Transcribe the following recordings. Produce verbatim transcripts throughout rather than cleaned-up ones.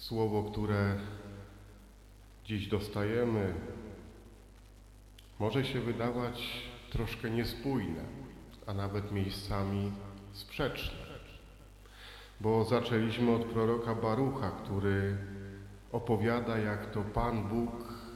Słowo, które dziś dostajemy, może się wydawać troszkę niespójne, a nawet miejscami sprzeczne. Bo zaczęliśmy od proroka Barucha, który opowiada, jak to Pan Bóg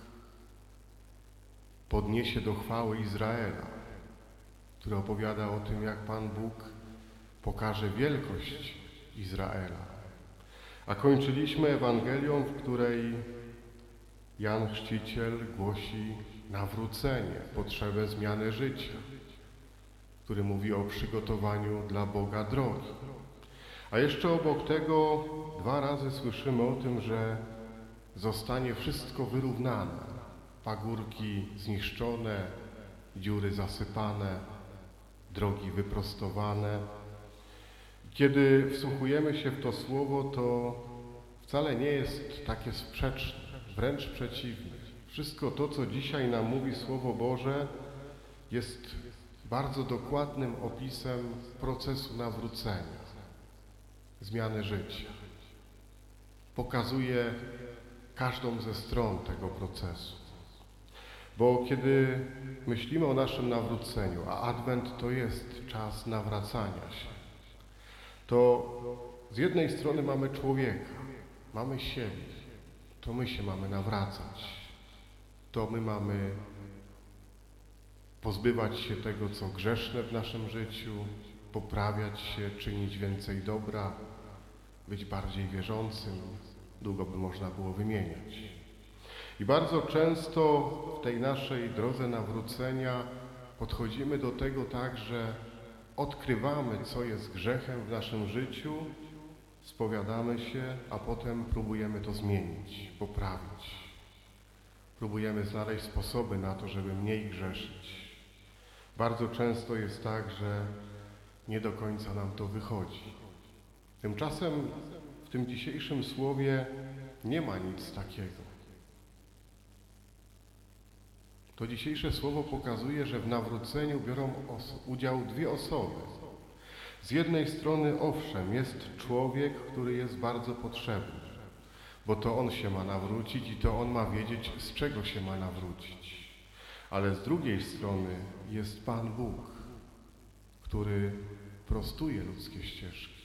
podniesie do chwały Izraela, który opowiada o tym, jak Pan Bóg pokaże wielkość Izraela. A kończyliśmy Ewangelią, w której Jan Chrzciciel głosi nawrócenie, potrzebę zmiany życia, który mówi o przygotowaniu dla Boga drogi. A jeszcze obok tego dwa razy słyszymy o tym, że zostanie wszystko wyrównane, pagórki zniszczone, dziury zasypane, drogi wyprostowane. Kiedy wsłuchujemy się w to słowo, to wcale nie jest takie sprzeczne, wręcz przeciwnie. Wszystko to, co dzisiaj nam mówi Słowo Boże, jest bardzo dokładnym opisem procesu nawrócenia, zmiany życia. Pokazuje każdą ze stron tego procesu. Bo kiedy myślimy o naszym nawróceniu, a Adwent to jest czas nawracania się, to z jednej strony mamy człowieka, mamy siebie, to my się mamy nawracać, to my mamy pozbywać się tego, co grzeszne w naszym życiu, poprawiać się, czynić więcej dobra, być bardziej wierzącym, długo by można było wymieniać. I bardzo często w tej naszej drodze nawrócenia podchodzimy do tego tak, że odkrywamy, co jest grzechem w naszym życiu, spowiadamy się, a potem próbujemy to zmienić, poprawić. Próbujemy znaleźć sposoby na to, żeby mniej grzeszyć. Bardzo często jest tak, że nie do końca nam to wychodzi. Tymczasem w tym dzisiejszym słowie nie ma nic takiego. To dzisiejsze słowo pokazuje, że w nawróceniu biorą udział dwie osoby. Z jednej strony, owszem, jest człowiek, który jest bardzo potrzebny, bo to on się ma nawrócić i to on ma wiedzieć, z czego się ma nawrócić. Ale z drugiej strony jest Pan Bóg, który prostuje ludzkie ścieżki.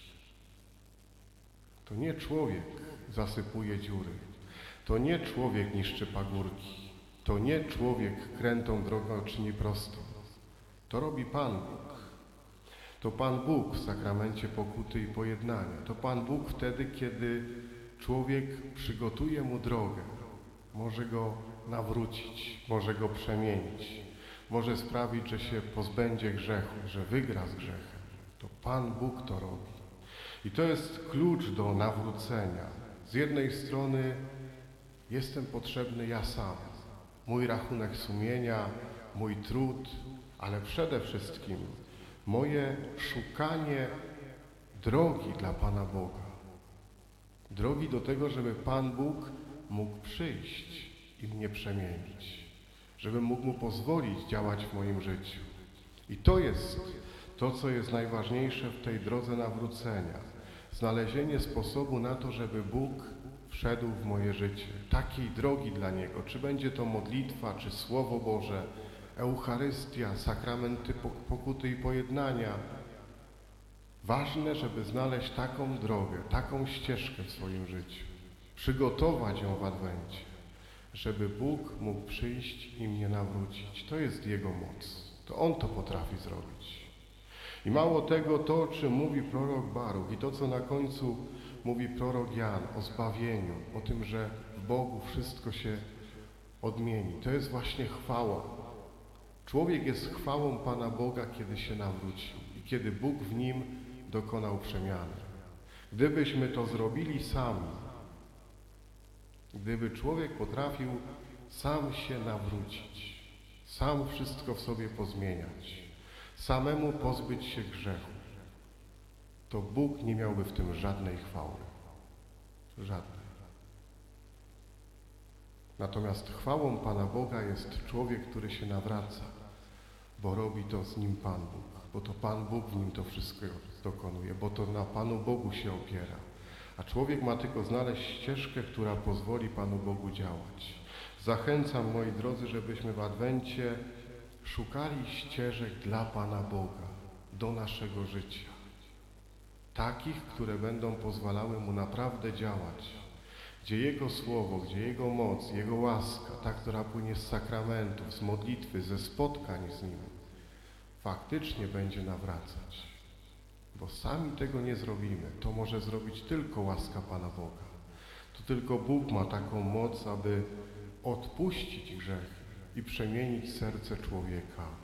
To nie człowiek zasypuje dziury, to nie człowiek niszczy pagórki, to nie człowiek krętą drogą czyni prostą. To robi Pan Bóg. To Pan Bóg w sakramencie pokuty i pojednania. To Pan Bóg wtedy, kiedy człowiek przygotuje mu drogę. Może go nawrócić, może go przemienić. Może sprawić, że się pozbędzie grzechu, że wygra z grzechem. To Pan Bóg to robi. I to jest klucz do nawrócenia. Z jednej strony jestem potrzebny ja sam. Mój rachunek sumienia, mój trud, ale przede wszystkim moje szukanie drogi dla Pana Boga. Drogi do tego, żeby Pan Bóg mógł przyjść i mnie przemienić. Żebym mógł Mu pozwolić działać w moim życiu. I to jest to, co jest najważniejsze w tej drodze nawrócenia. Znalezienie sposobu na to, żeby Bóg wszedł w moje życie. Takiej drogi dla Niego. Czy będzie to modlitwa, czy Słowo Boże, Eucharystia, sakramenty pokuty i pojednania. Ważne, żeby znaleźć taką drogę, taką ścieżkę w swoim życiu. Przygotować ją w Adwencie, żeby Bóg mógł przyjść i mnie nawrócić. To jest Jego moc. To On to potrafi zrobić. I mało tego, to, o czym mówi prorok Baruch i to, co na końcu mówi prorok Jan o zbawieniu, o tym, że w Bogu wszystko się odmieni. To jest właśnie chwała. Człowiek jest chwałą Pana Boga, kiedy się nawrócił i kiedy Bóg w nim dokonał przemiany. Gdybyśmy to zrobili sami, gdyby człowiek potrafił sam się nawrócić, sam wszystko w sobie pozmieniać, samemu pozbyć się grzechu, to Bóg nie miałby w tym żadnej chwały. Żadnej. Natomiast chwałą Pana Boga jest człowiek, który się nawraca, bo robi to z nim Pan Bóg, bo to Pan Bóg w nim to wszystko dokonuje, bo to na Panu Bogu się opiera. A człowiek ma tylko znaleźć ścieżkę, która pozwoli Panu Bogu działać. Zachęcam, moi drodzy, żebyśmy w Adwencie szukali ścieżek dla Pana Boga, do naszego życia. Takich, które będą pozwalały Mu naprawdę działać. Gdzie Jego Słowo, gdzie Jego moc, Jego łaska, ta, która płynie z sakramentów, z modlitwy, ze spotkań z Nim, faktycznie będzie nawracać. Bo sami tego nie zrobimy. To może zrobić tylko łaska Pana Boga. To tylko Bóg ma taką moc, aby odpuścić grzechy i przemienić serce człowieka